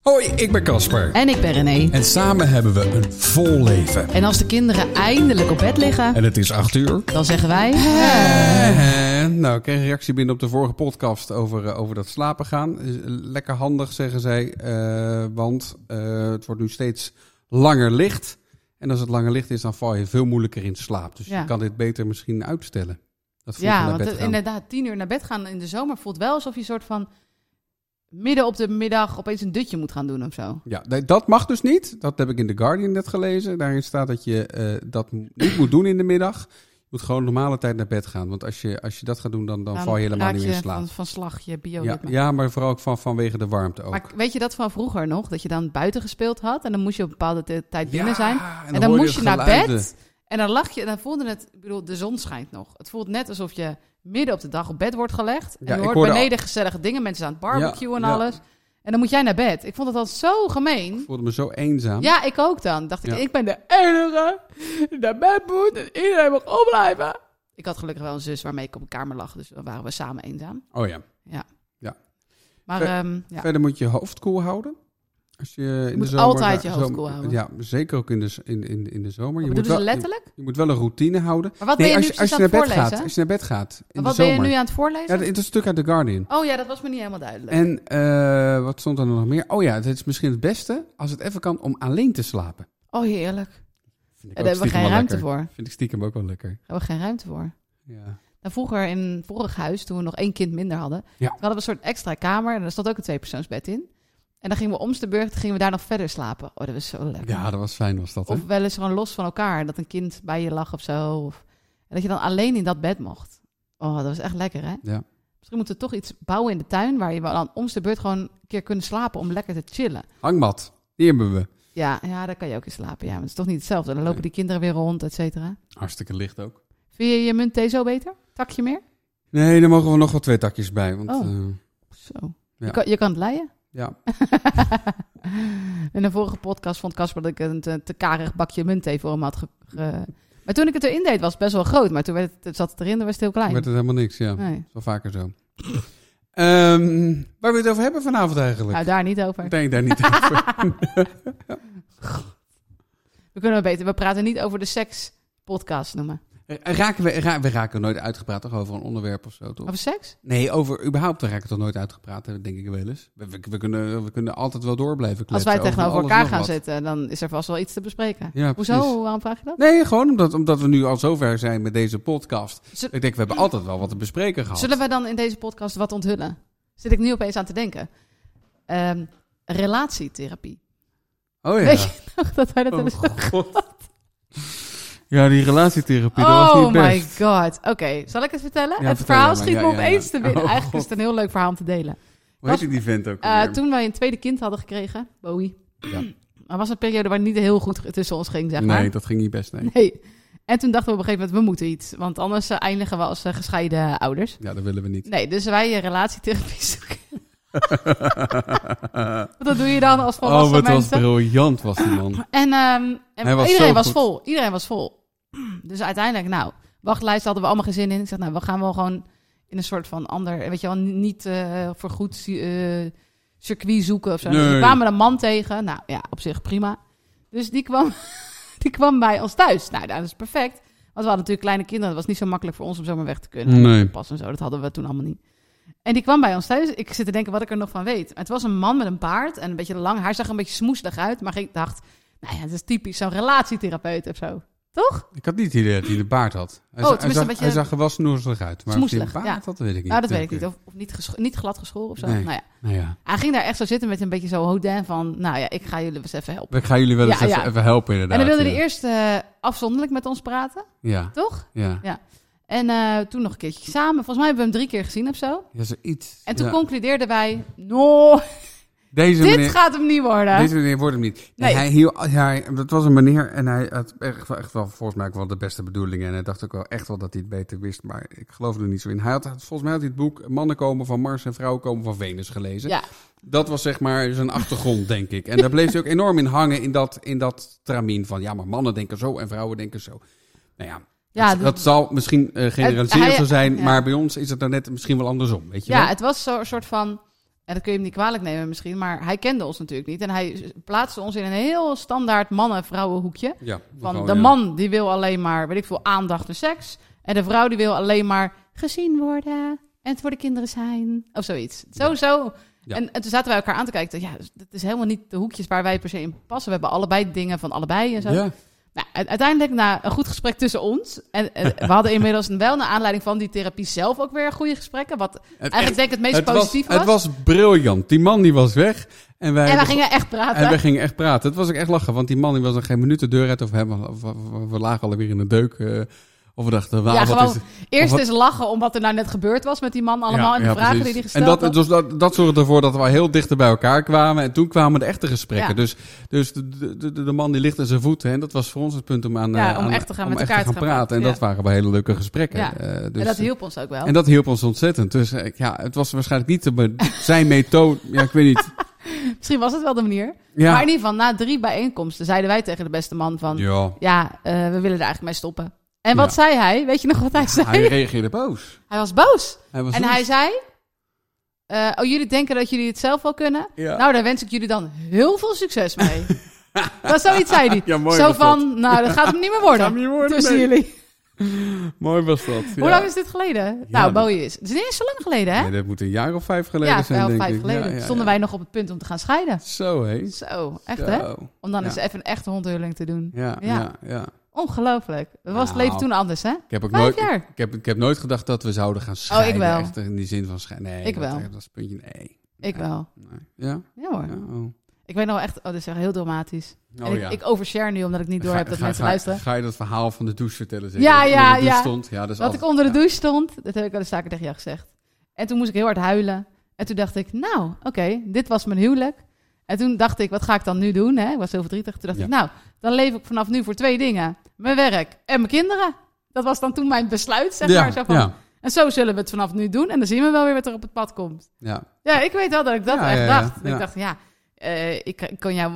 Hoi, ik ben Casper. En ik ben René. En samen hebben we een vol leven. En als de kinderen eindelijk op bed liggen... En het is 8:00. Dan zeggen wij... Nou, ik kreeg een reactie binnen op de vorige podcast over dat slapen gaan. Lekker handig, zeggen zij. Want het wordt nu steeds langer licht. En als het langer licht is, dan val je veel moeilijker in slaap. Dus je kan dit beter misschien uitstellen. Want inderdaad, 10:00 naar bed gaan in de zomer voelt wel alsof je een soort van... midden op de middag opeens een dutje moet gaan doen of zo. Ja, dat mag dus niet. Dat heb ik in The Guardian net gelezen. Daarin staat dat je dat niet moet doen in de middag. Je moet gewoon normale tijd naar bed gaan. Want als je dat gaat doen, dan val je helemaal niet meer in slaap. Van slag, je bioritme. Ja, maar vooral ook vanwege de warmte ook. Maar weet je dat van vroeger nog? Dat je dan buiten gespeeld had en dan moest je op een bepaalde tijd binnen zijn. En dan moest je naar bed en dan lag je en dan voelde het... Ik bedoel, de zon schijnt nog. Het voelt net alsof je midden op de dag op bed wordt gelegd. En je hoort beneden gezellige dingen. Mensen aan het barbecuen en alles. En dan moet jij naar bed. Ik vond het altijd zo gemeen. Ik voelde me zo eenzaam. Ja, ik ook dan. Dacht ik ben de enige die naar bed moet en iedereen mag opblijven. Ik had gelukkig wel een zus waarmee ik op een kamer lag. Dus dan waren we samen eenzaam. Oh ja. Ja. Maar verder moet je je hoofd koel houden. Als je in moet de zomer, altijd je hoofd koel houden. Ja, zeker ook in de zomer. Je moet wel letterlijk? Je moet wel een routine houden. Maar wat ben je nu als je naar bed gaat, als je naar bed gaat in de zomer. Ben je nu aan het voorlezen? Ja, het is een stuk uit The Guardian. Oh ja, dat was me niet helemaal duidelijk. En wat stond er nog meer? Oh ja, het is misschien het beste als het even kan om alleen te slapen. Oh, heerlijk. Daar hebben we geen ruimte voor. Vind ik stiekem ook wel lekker. Daar hebben we geen ruimte voor. Ja. Nou, vroeger in het vorige huis, toen we nog 1 kind minder hadden, hadden we een soort extra kamer. En daar stond ook een 2-persoonsbed in. En dan gingen we om de beurt, gingen we daar nog verder slapen. Oh, dat was zo lekker. Ja, dat was fijn, was dat, hè? Of wel eens gewoon los van elkaar, dat een kind bij je lag of zo. En dat je dan alleen in dat bed mocht. Oh, dat was echt lekker, hè? Ja. Misschien moeten we toch iets bouwen in de tuin, waar je dan om de beurt gewoon een keer kunnen slapen om lekker te chillen. Hangmat, die hebben we. Ja, daar kan je ook in slapen. Ja, maar het is toch niet hetzelfde. Dan lopen die kinderen weer rond, et cetera. Hartstikke licht ook. Vind je je muntthee zo beter? Takje meer? Nee, daar mogen we nog wel 2 takjes bij. Want, zo. Ja. Je kan het leien? Ja. In de vorige podcast vond Casper dat ik een te karig bakje muntthee voor hem had. Maar toen ik het erin deed, was het best wel groot. Maar toen zat het erin, dan was het heel klein. Werd het helemaal niks, ja. Nee. Dat is wel vaker zo. Waar wil je het over hebben vanavond eigenlijk? Nou, daar niet over. Ik denk daar niet over. We praten niet over de sekspodcast noemen. We raken nooit uitgepraat toch, over een onderwerp of zo, toch? Over seks? Nee, überhaupt we raken toch nooit uitgepraat, denk ik wel eens. We kunnen altijd wel door blijven kletsen. Als wij tegenover elkaar gaan zitten, dan is er vast wel iets te bespreken. Ja, hoezo? Waarom vraag je dat? Nee, gewoon omdat we nu al zover zijn met deze podcast. Ik denk, we hebben altijd wel wat te bespreken gehad. Zullen we dan in deze podcast wat onthullen? Zit ik nu opeens aan te denken. Relatietherapie. Oh ja. Weet je nog dat wij dat hebben gehad? Ja, die relatietherapie, dat was niet best. Oh my god. Oké, zal ik het vertellen? Ja, het verhaal schiet me opeens te binnen. Eigenlijk is het een heel leuk verhaal om te delen. Hoe heet die vent ook? Toen wij een tweede kind hadden gekregen, Bowie. Ja. Er was een periode waar het niet heel goed tussen ons ging, zeg maar. Nee, dat ging niet best, nee. En toen dachten we op een gegeven moment, we moeten iets. Want anders eindigen we als gescheiden ouders. Ja, dat willen we niet. Nee, dus wij relatietherapie zoeken. Wat doe je dan als volwassen mensen? Oh, wat was briljant was die man. En iedereen was vol. Dus uiteindelijk, wachtlijst hadden we allemaal geen zin in. Ik zeg, we gaan wel gewoon in een soort van ander, weet je wel, niet voor goed circuit zoeken of zo. Nee. Dus we kwamen een man tegen. Nou ja, op zich prima. Dus die kwam bij ons thuis. Nou, dat is perfect. Want we hadden natuurlijk kleine kinderen. Het was niet zo makkelijk voor ons om zomaar weg te kunnen. Nee. Pas en zo, dat hadden we toen allemaal niet. En die kwam bij ons thuis. Ik zit te denken wat ik er nog van weet. Het was een man met een baard en een beetje lang. Hij zag er een beetje smoeselig uit. Maar ik dacht, dat is typisch zo'n relatietherapeut of zo. Toch? Ik had niet het idee dat hij de baard had. Hij zag er wel snoezelig uit. Maar of hij een baard had, dat weet ik niet. Nou, dat weet ik niet. Of niet glad geschoren of zo. Nee. Nou ja. Hij ging daar echt zo zitten met een beetje zo hodin van... ik ga jullie eens even helpen. Ik ga jullie wel eens even helpen, inderdaad. En dan wilde hij eerst afzonderlijk met ons praten. Ja. Toch? Ja. En toen nog een keertje samen. Volgens mij hebben we hem 3 keer gezien of zo. Ja, zoiets. En toen concludeerden wij... Dit gaat hem niet worden. Deze meneer wordt hem niet. Nee. Dat was een meneer en hij had echt wel volgens mij ook wel de beste bedoelingen. En hij dacht ook wel echt wel dat hij het beter wist. Maar ik geloof er niet zo in. Volgens mij had hij het boek Mannen komen van Mars en Vrouwen komen van Venus gelezen. Ja. Dat was zeg maar zijn achtergrond, denk ik. En daar bleef hij ook enorm in hangen in dat tramien van... ja, maar mannen denken zo en vrouwen denken zo. Nou ja... Ja, dat zal misschien generaliserend zo zijn, maar bij ons is het dan net misschien wel andersom. Weet je wel? Het was zo'n soort van... En dat kun je hem niet kwalijk nemen misschien, maar hij kende ons natuurlijk niet. En hij plaatste ons in een heel standaard mannen-vrouwenhoekje. Ja, van de man die wil alleen maar, weet ik veel, aandacht en seks. En de vrouw die wil alleen maar gezien worden en het voor de kinderen zijn. Of zoiets. Zo. Ja. En toen zaten wij elkaar aan te kijken. Ja, dat is helemaal niet de hoekjes waar wij per se in passen. We hebben allebei dingen van allebei en zo. Ja. Nou, uiteindelijk na een goed gesprek tussen ons. En we hadden inmiddels wel naar aanleiding van die therapie zelf ook weer goede gesprekken. Wat eigenlijk denk ik het meest positief was. Het was briljant. Die man die was weg. En wij gingen echt praten. En wij gingen echt praten. Het was ook echt lachen. Want die man die was nog geen minuut de deur uit. Of we lagen alweer in de deuk. Of we dachten, eerst eens lachen om wat er nou net gebeurd was met die man allemaal. En de vragen die hij gesteld had. En dat zorgde ervoor dat we heel dichter bij elkaar kwamen. En toen kwamen de echte gesprekken. Ja. Dus de man die ligt aan zijn voeten. En dat was voor ons het punt om echt te gaan met elkaar te gaan praten. En dat waren wel hele leuke gesprekken. Ja. En dat hielp ons ook wel. En dat hielp ons ontzettend. Dus het was waarschijnlijk niet zijn methode. Ja, ik weet niet. Misschien was het wel de manier. Ja. Maar in ieder geval, na 3 bijeenkomsten zeiden wij tegen de beste man van... we willen er eigenlijk mee stoppen. En wat zei hij? Weet je nog wat hij zei? Hij reageerde boos. Hij was boos. Hij zei... jullie denken dat jullie het zelf wel kunnen? Ja. Nou, daar wens ik jullie dan heel veel succes mee. Dat zoiets zei hij. Ja, mooi zo van, dat gaat hem niet meer worden. Tussen jullie. Mooi was dat. Ja. Hoe lang is dit geleden? Nou, Bowie is. Het is niet eens zo lang geleden, hè? Nee, dat moet een jaar of 5 geleden zijn, denk ik. 5 geleden. Stonden wij nog op het punt om te gaan scheiden. Zo, hé. Zo, echt, hè? Om dan eens even een echte hondhulling te doen. Ja. Ongelooflijk. Dat was het leven toen anders, hè? Ik heb nooit gedacht dat we zouden gaan scheiden. Ik wel. Echt in die zin van scheiden. Nee, ik wel. Dat is puntje nee. Ik wel. Nee. Ja? Ja hoor. Ja, Ik weet nog echt... dit is echt heel dramatisch. Ik overshare nu, omdat ik niet door heb dat mensen luisteren. Ga je dat verhaal van de douche vertellen? Ja. Stond? Ja, dat ik onder de douche stond, dat heb ik al eens vaker tegen jou gezegd. En toen moest ik heel hard huilen. En toen dacht ik, nou, oké, dit was mijn huwelijk. En toen dacht ik, wat ga ik dan nu doen? Hè? Ik was heel verdrietig. Toen dacht ik, nou, dan leef ik vanaf nu voor 2 dingen. Mijn werk en mijn kinderen. Dat was dan toen mijn besluit, zeg maar. Zo van, en zo zullen we het vanaf nu doen. En dan zien we wel weer wat er op het pad komt. Ja, ik weet wel dat ik dat echt dacht. Ik dacht, ik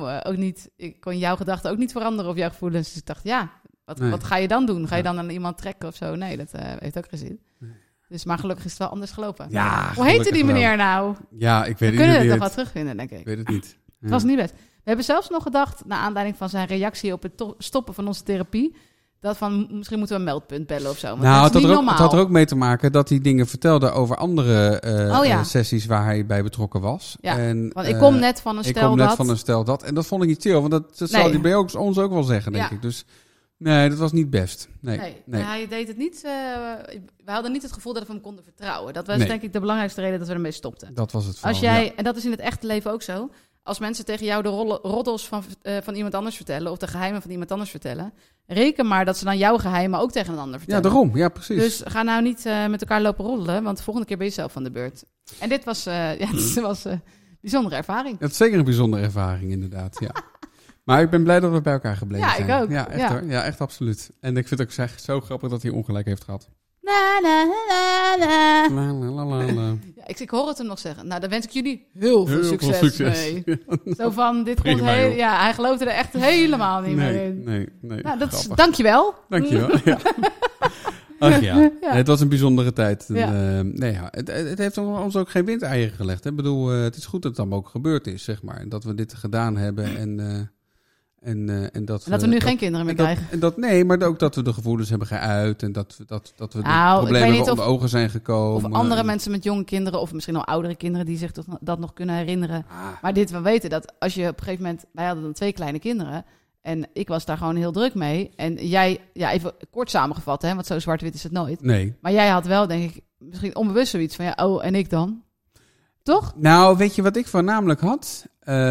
kon jouw gedachten ook niet veranderen of jouw gevoelens. Dus ik dacht, wat ga je dan doen? Ga je dan aan iemand trekken of zo? Nee, dat heeft ook geen zin. Dus, maar gelukkig is het wel anders gelopen. Ja, hoe heette die meneer nou? Ja, ik weet het niet. We kunnen het nog wel terugvinden, denk ik. Ik weet het niet. Het was niet best. We hebben zelfs nog gedacht, naar aanleiding van zijn reactie op het stoppen van onze therapie, dat van, misschien moeten we een meldpunt bellen of zo. Want nou, het had er ook mee te maken dat hij dingen vertelde over andere sessies waar hij bij betrokken was. Ja, want ik kom net van een stel dat. En dat vond ik niet chill, want dat zal hij bij ons ook wel zeggen, denk ik. Dus nee, dat was niet best. Nee. Hij deed het niet. We hadden niet het gevoel dat we hem konden vertrouwen. Dat was denk ik de belangrijkste reden dat we ermee stopten. Dat was het vooral, en dat is in het echte leven ook zo. Als mensen tegen jou de roddels van iemand anders vertellen, of de geheimen van iemand anders vertellen, reken maar dat ze dan jouw geheimen ook tegen een ander vertellen. Ja, daarom. Ja, precies. Dus ga nou niet met elkaar lopen roddelen, want de volgende keer ben je zelf van de beurt. En dit was een bijzondere ervaring. Het is zeker een bijzondere ervaring, inderdaad. Ja. Maar ik ben blij dat we bij elkaar gebleven zijn. Ja, ik ook. Ja, echt hoor. Ja, echt absoluut. En ik vind het ook zo grappig dat hij ongelijk heeft gehad. Ik hoor het hem nog zeggen. Nou, dan wens ik jullie heel veel succes mee. Zo van, dit komt hij geloofde er echt helemaal niet meer in. Nee. Nou, dankjewel. Dankjewel, ja. Ach ja, het was een bijzondere tijd. Het heeft ons ook geen windeieren gelegd. Hè? Ik bedoel, het is goed dat het allemaal ook gebeurd is, zeg maar. Dat we dit gedaan hebben en dat we nu geen kinderen meer krijgen. Maar ook dat we de gevoelens hebben geuit en dat we de problemen onder de ogen zijn gekomen. Of andere mensen met jonge kinderen of misschien al oudere kinderen die zich dat nog kunnen herinneren. Maar we weten dat als je op een gegeven moment... Wij hadden dan 2 kleine kinderen en ik was daar gewoon heel druk mee. En jij, even kort samengevat, hè, want zo zwart-wit is het nooit. Nee. Maar jij had wel, denk ik, misschien onbewust zoiets van, en ik dan? Toch? Nou, weet je wat ik voornamelijk had?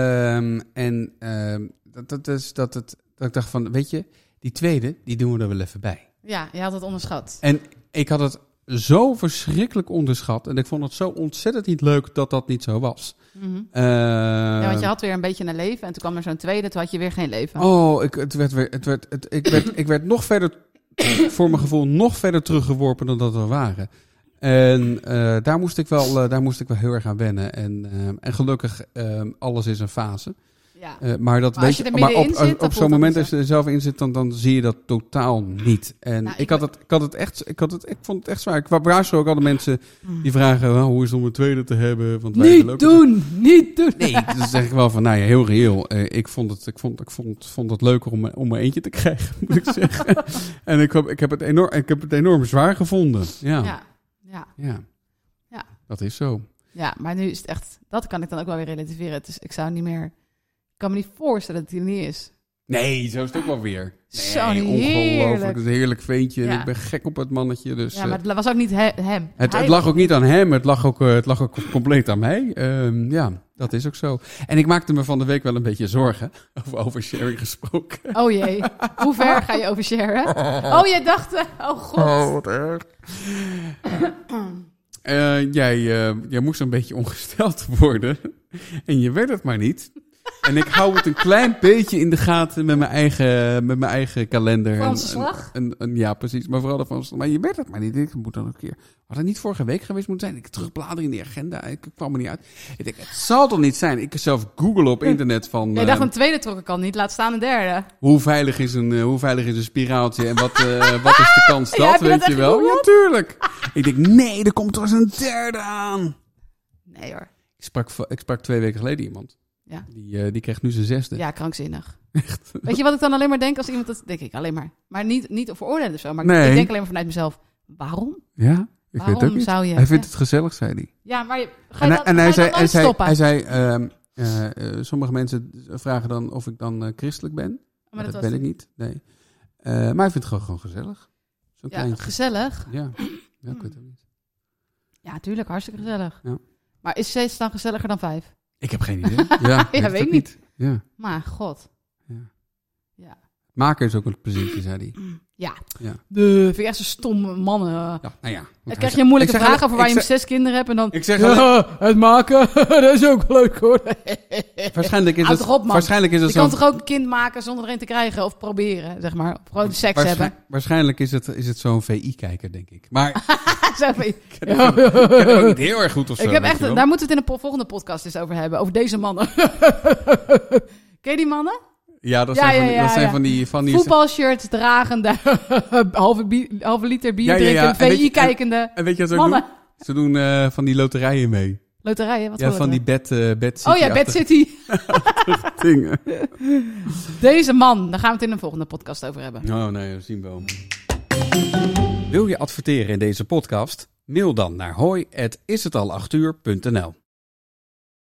Dat ik dacht van, weet je, die tweede, die doen we er wel even bij. Ja, je had het onderschat. En ik had het zo verschrikkelijk onderschat. En ik vond het zo ontzettend niet leuk dat dat niet zo was. Mm-hmm. Want je had weer een beetje een leven. En toen kwam er zo'n tweede, toen had je weer geen leven. Oh, ik werd nog verder, voor mijn gevoel, nog verder teruggeworpen dan dat we waren. En daar moest ik wel heel erg aan wennen. En gelukkig, alles is een fase. Ja. Maar dat weet je, maar op zo'n moment als je er zelf in zit, dan zie je dat totaal niet. En ik vond het echt zwaar. Ik waarschuw ook alle mensen die vragen, hoe is het om een tweede te hebben? Want niet doen! Nee, dat zeg ik wel van, heel reëel. Ik vond het leuker om maar eentje te krijgen, moet ik zeggen. En ik heb het enorm zwaar gevonden. Ja. Dat is zo. Ja, maar nu is het echt... Dat kan ik dan ook wel weer relativeren. Dus ik zou niet meer... Ik kan me niet voorstellen dat hij er niet is. Nee, zo is het ook wel weer. Zo heerlijk. Het is een heerlijk ventje. En ik ben gek op het mannetje. Dus, maar het was ook niet hem. Het lag ook niet aan hem. Het lag ook compleet aan mij. Dat is ook zo. En ik maakte me van de week wel een beetje zorgen. Over oversharing gesproken. Oh jee. Hoe ver ga je oversharen? Oh, jij dacht... Oh god. Oh, wat erg. Jij moest een beetje ongesteld worden. En je werd het maar niet. En ik hou het een klein beetje in de gaten met mijn eigen kalender. Van slag? Ja, precies. Maar vooral van slag. Maar je werd het maar niet. Ik moet dan een keer... Had het niet vorige week geweest moeten zijn? Ik terugbladeren in die agenda. Ik kwam er niet uit. Ik denk, het zal toch niet zijn? Ik zelf googlen op internet van... Jij dacht een tweede trokken kan niet. Laat staan een derde. Hoe veilig is een spiraaltje? En wat is de kans dat? Weet je wel? Ja, tuurlijk. Ik denk, nee, er komt toch eens een derde aan. Nee hoor. Ik sprak 2 weken geleden iemand. Ja. Die kreeg nu zijn 6e. Ja, krankzinnig. Echt? Weet je wat ik dan alleen maar denk als iemand dat... Denk ik alleen maar. Maar niet veroordelen of zo. Maar ik denk alleen maar vanuit mezelf. Waarom? Ja, ik weet het ook niet. Zou je... Hij vindt het gezellig, zei hij. Ja, maar hij zei, sommige mensen vragen dan of ik dan christelijk ben. Maar dat ben ik niet. Nee. Maar hij vindt het gewoon gezellig. Zo'n kleintje. Gezellig? Ja, ik weet het ook niet. Ja, tuurlijk. Hartstikke gezellig. Ja. Maar is 6 dan gezelliger dan 5? Ik heb geen idee. Ja, weet ik niet. Ja. Maar god. Ja. Maken is ook een pleziertje, zei hij. Ja. Vind ik echt zo'n stomme mannen. Ja, Dan krijg je een moeilijke vraag over waar je 6 kinderen hebt en dan... Ik zeg het maken, dat is ook leuk hoor. Waarschijnlijk is het je kan toch ook een kind maken zonder er een te krijgen of proberen, zeg maar. Of gewoon seks hebben. Waarschijnlijk is het zo'n VI-kijker, denk ik. Maar ik ken het niet heel erg goed of zo. Daar moeten we het in de volgende podcast eens over hebben. Over deze mannen. Ken je die mannen? Ja, dat zijn van die voetbalshirts dragende, halve liter bier drinkende, VI-kijkende en weet je wat ze ook doen? Ze doen van die loterijen mee. Loterijen? Wat van die Bad City. Oh ja, Bad City. Dingen. Deze man, daar gaan we het in een volgende podcast over hebben. Oh nee, dat zien we wel. Wil je adverteren in deze podcast? Mail dan naar hoi@ishetalachuur.nl